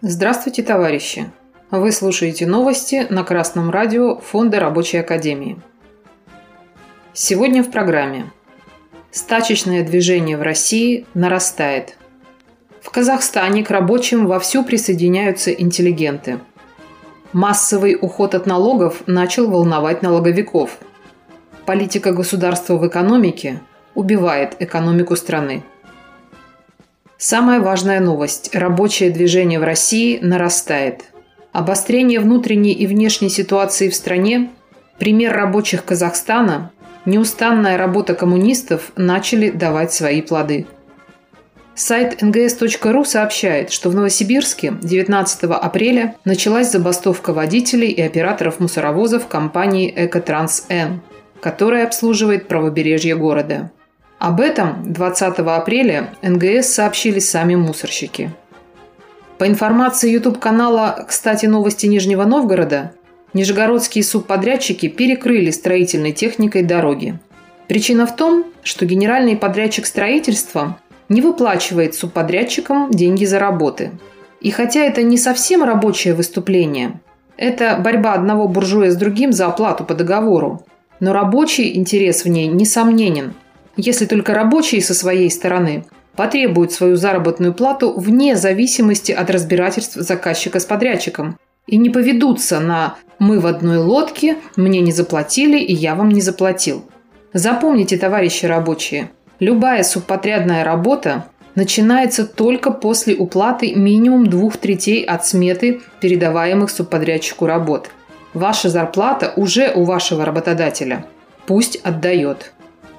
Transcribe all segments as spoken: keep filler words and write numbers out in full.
Здравствуйте, товарищи! Вы слушаете новости на Красном радио Фонда Рабочей Академии. Сегодня в программе. Стачечное движение в России нарастает. В Казахстане к рабочим вовсю присоединяются интеллигенты. Массовый уход от налогов начал волновать налоговиков. Политика государства в экономике убивает экономику страны. Самая важная новость – рабочее движение в России нарастает. Обострение внутренней и внешней ситуации в стране, пример рабочих Казахстана, неустанная работа коммунистов начали давать свои плоды. Сайт эн гэ эс точка ру сообщает, что в Новосибирске девятнадцатого апреля началась забастовка водителей и операторов мусоровозов компании «Экотранс-Н», которая обслуживает правобережье города. Об этом двадцатого апреля эн гэ эс сообщили сами мусорщики. По информации ютуб-канала «Кстати, новости Нижнего Новгорода», нижегородские субподрядчики перекрыли строительной техникой дороги. Причина в том, что генеральный подрядчик строительства не выплачивает субподрядчикам деньги за работы. И хотя это не совсем рабочее выступление, это борьба одного буржуя с другим за оплату по договору, но рабочий интерес в ней несомненен. Если только рабочие со своей стороны потребуют свою заработную плату вне зависимости от разбирательств заказчика с подрядчиком и не поведутся на «мы в одной лодке, мне не заплатили и я вам не заплатил». Запомните, товарищи рабочие, любая субподрядная работа начинается только после уплаты минимум двух третей от сметы передаваемых субподрядчику работ. Ваша зарплата уже у вашего работодателя. Пусть отдает.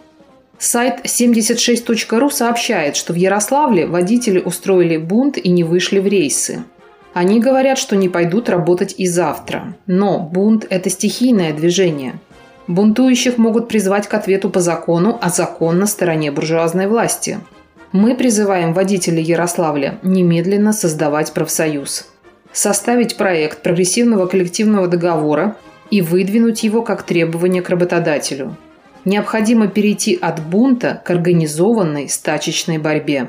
Сайт семьдесят шесть точка ру сообщает, что в Ярославле водители устроили бунт и не вышли в рейсы. Они говорят, что не пойдут работать и завтра. Но бунт – это стихийное движение. Бунтующих могут призвать к ответу по закону, а закон на стороне буржуазной власти. Мы призываем водителей Ярославля немедленно создавать профсоюз, составить проект прогрессивного коллективного договора и выдвинуть его как требование к работодателю. Необходимо перейти от бунта к организованной стачечной борьбе.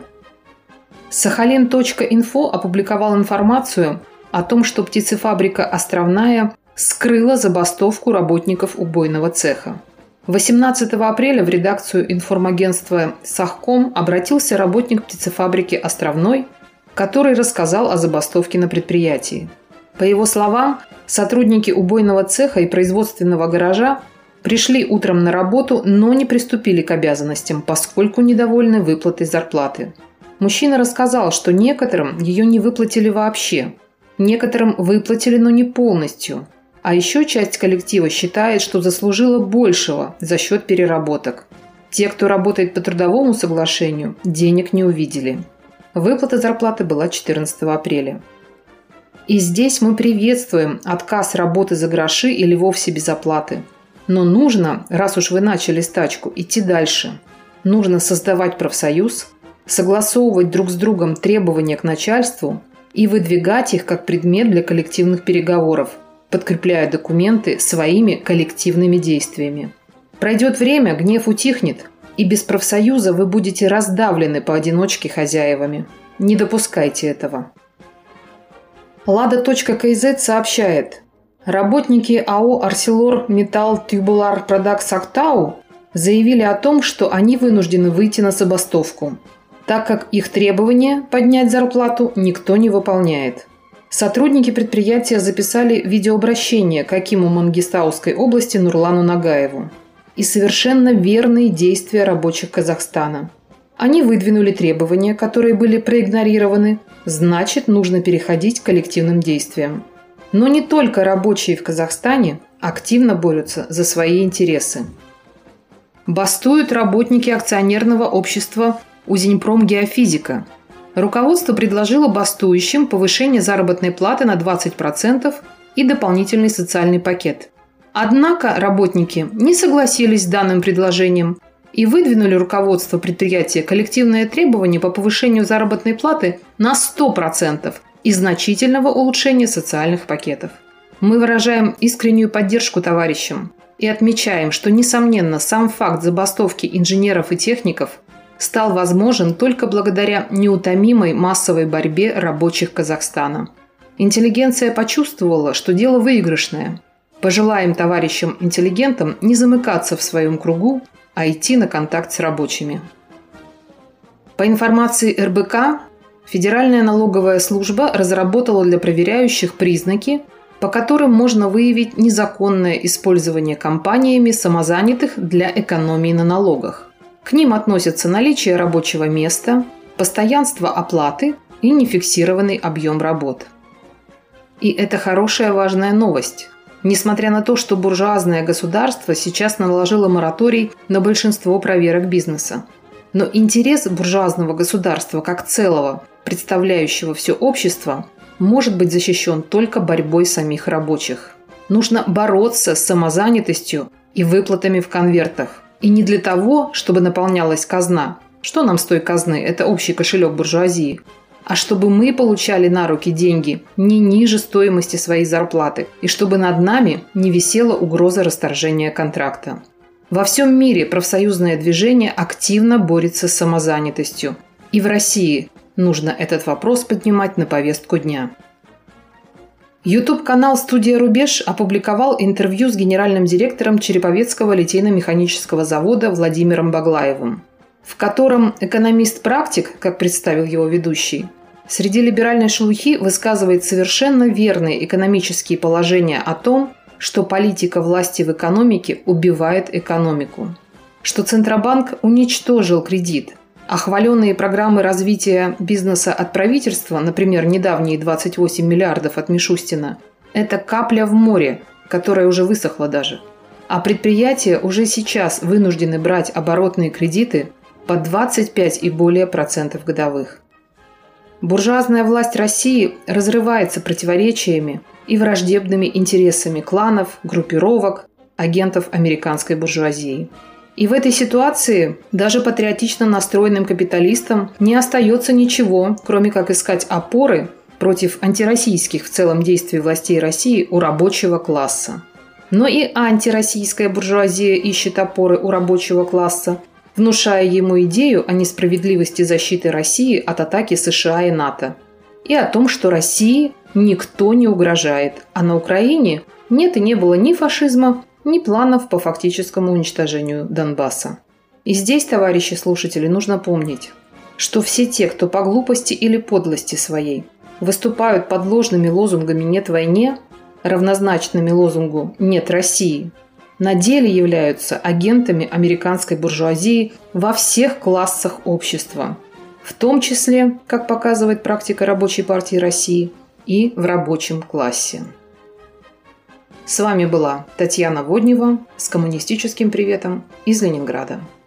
Сахалин точка инфо опубликовал информацию о том, что птицефабрика «Островная» скрыла забастовку работников убойного цеха. восемнадцатого апреля в редакцию информагентства «Сахком» обратился работник птицефабрики «Островной», который рассказал о забастовке на предприятии. По его словам, сотрудники убойного цеха и производственного гаража пришли утром на работу, но не приступили к обязанностям, поскольку недовольны выплатой зарплаты. Мужчина рассказал, что некоторым ее не выплатили вообще, некоторым выплатили, но не полностью, а еще часть коллектива считает, что заслужила большего за счет переработок. Те, кто работает по трудовому соглашению, денег не увидели. Выплата зарплаты была четырнадцатого апреля. И здесь мы приветствуем отказ работы за гроши или вовсе без оплаты. Но нужно, раз уж вы начали стачку, идти дальше. Нужно создавать профсоюз, согласовывать друг с другом требования к начальству и выдвигать их как предмет для коллективных переговоров, подкрепляя документы своими коллективными действиями. Пройдет время, гнев утихнет, и без профсоюза вы будете раздавлены поодиночке хозяевами. Не допускайте этого. лада точка ка зет сообщает: работники а о ArcelorMittal Tubular Products Актау заявили о том, что они вынуждены выйти на забастовку, так как их требование поднять зарплату никто не выполняет. Сотрудники предприятия записали видеообращение к акиму Мангистауской области Нурлану Нагаеву и совершенно верные действия рабочих Казахстана. Они выдвинули требования, которые были проигнорированы, значит, нужно переходить к коллективным действиям. Но не только рабочие в Казахстане активно борются за свои интересы. Бастуют работники акционерного общества «Узеньпром Геофизика». Руководство предложило бастующим повышение заработной платы на двадцать процентов и дополнительный социальный пакет. Однако работники не согласились с данным предложением и выдвинули руководству предприятия коллективное требование по повышению заработной платы на сто процентов и значительного улучшения социальных пакетов. Мы выражаем искреннюю поддержку товарищам и отмечаем, что, несомненно, сам факт забастовки инженеров и техников стал возможен только благодаря неутомимой массовой борьбе рабочих Казахстана. Интеллигенция почувствовала, что дело выигрышное. Пожелаем товарищам-интеллигентам не замыкаться в своем кругу, а идти на контакт с рабочими. По информации эр бэ ка, Федеральная налоговая служба разработала для проверяющих признаки, по которым можно выявить незаконное использование компаниями самозанятых для экономии на налогах. К ним относятся наличие рабочего места, постоянство оплаты и нефиксированный объем работ. И это хорошая важная новость. Несмотря на то, что буржуазное государство сейчас наложило мораторий на большинство проверок бизнеса. Но интерес буржуазного государства как целого, представляющего все общество, может быть защищен только борьбой самих рабочих. Нужно бороться с самозанятостью и выплатами в конвертах. И не для того, чтобы наполнялась казна. Что нам с той казны? Это общий кошелек буржуазии. А чтобы мы получали на руки деньги не ниже стоимости своей зарплаты, и чтобы над нами не висела угроза расторжения контракта. Во всем мире профсоюзное движение активно борется с самозанятостью. И в России нужно этот вопрос поднимать на повестку дня. YouTube-канал «Студия Рубеж» опубликовал интервью с генеральным директором Череповецкого литейно-механического завода Владимиром Баглаевым, в котором экономист-практик, как представил его ведущий, среди либеральной шелухи высказывает совершенно верные экономические положения о том, что политика власти в экономике убивает экономику, что Центробанк уничтожил кредит, а хваленные программы развития бизнеса от правительства, например, недавние двадцать восемь миллиардов от Мишустина, это капля в море, которая уже высохла даже. А предприятия уже сейчас вынуждены брать оборотные кредиты по двадцать пять и более процентов годовых. Буржуазная власть России разрывается противоречиями и враждебными интересами кланов, группировок, агентов американской буржуазии. И в этой ситуации даже патриотично настроенным капиталистам не остается ничего, кроме как искать опоры против антироссийских в целом действий властей России у рабочего класса. Но и антироссийская буржуазия ищет опоры у рабочего класса, внушая ему идею о несправедливости защиты России от атаки США и НАТО. И о том, что России никто не угрожает, а на Украине нет и не было ни фашизма, ни планов по фактическому уничтожению Донбасса. И здесь, товарищи слушатели, нужно помнить, что все те, кто по глупости или подлости своей выступают под ложными лозунгами «нет войне», равнозначными лозунгу «нет России», на деле являются агентами американской буржуазии во всех классах общества, в том числе, как показывает практика Рабочей партии России, и в рабочем классе. С вами была Татьяна Воднева с коммунистическим приветом из Ленинграда.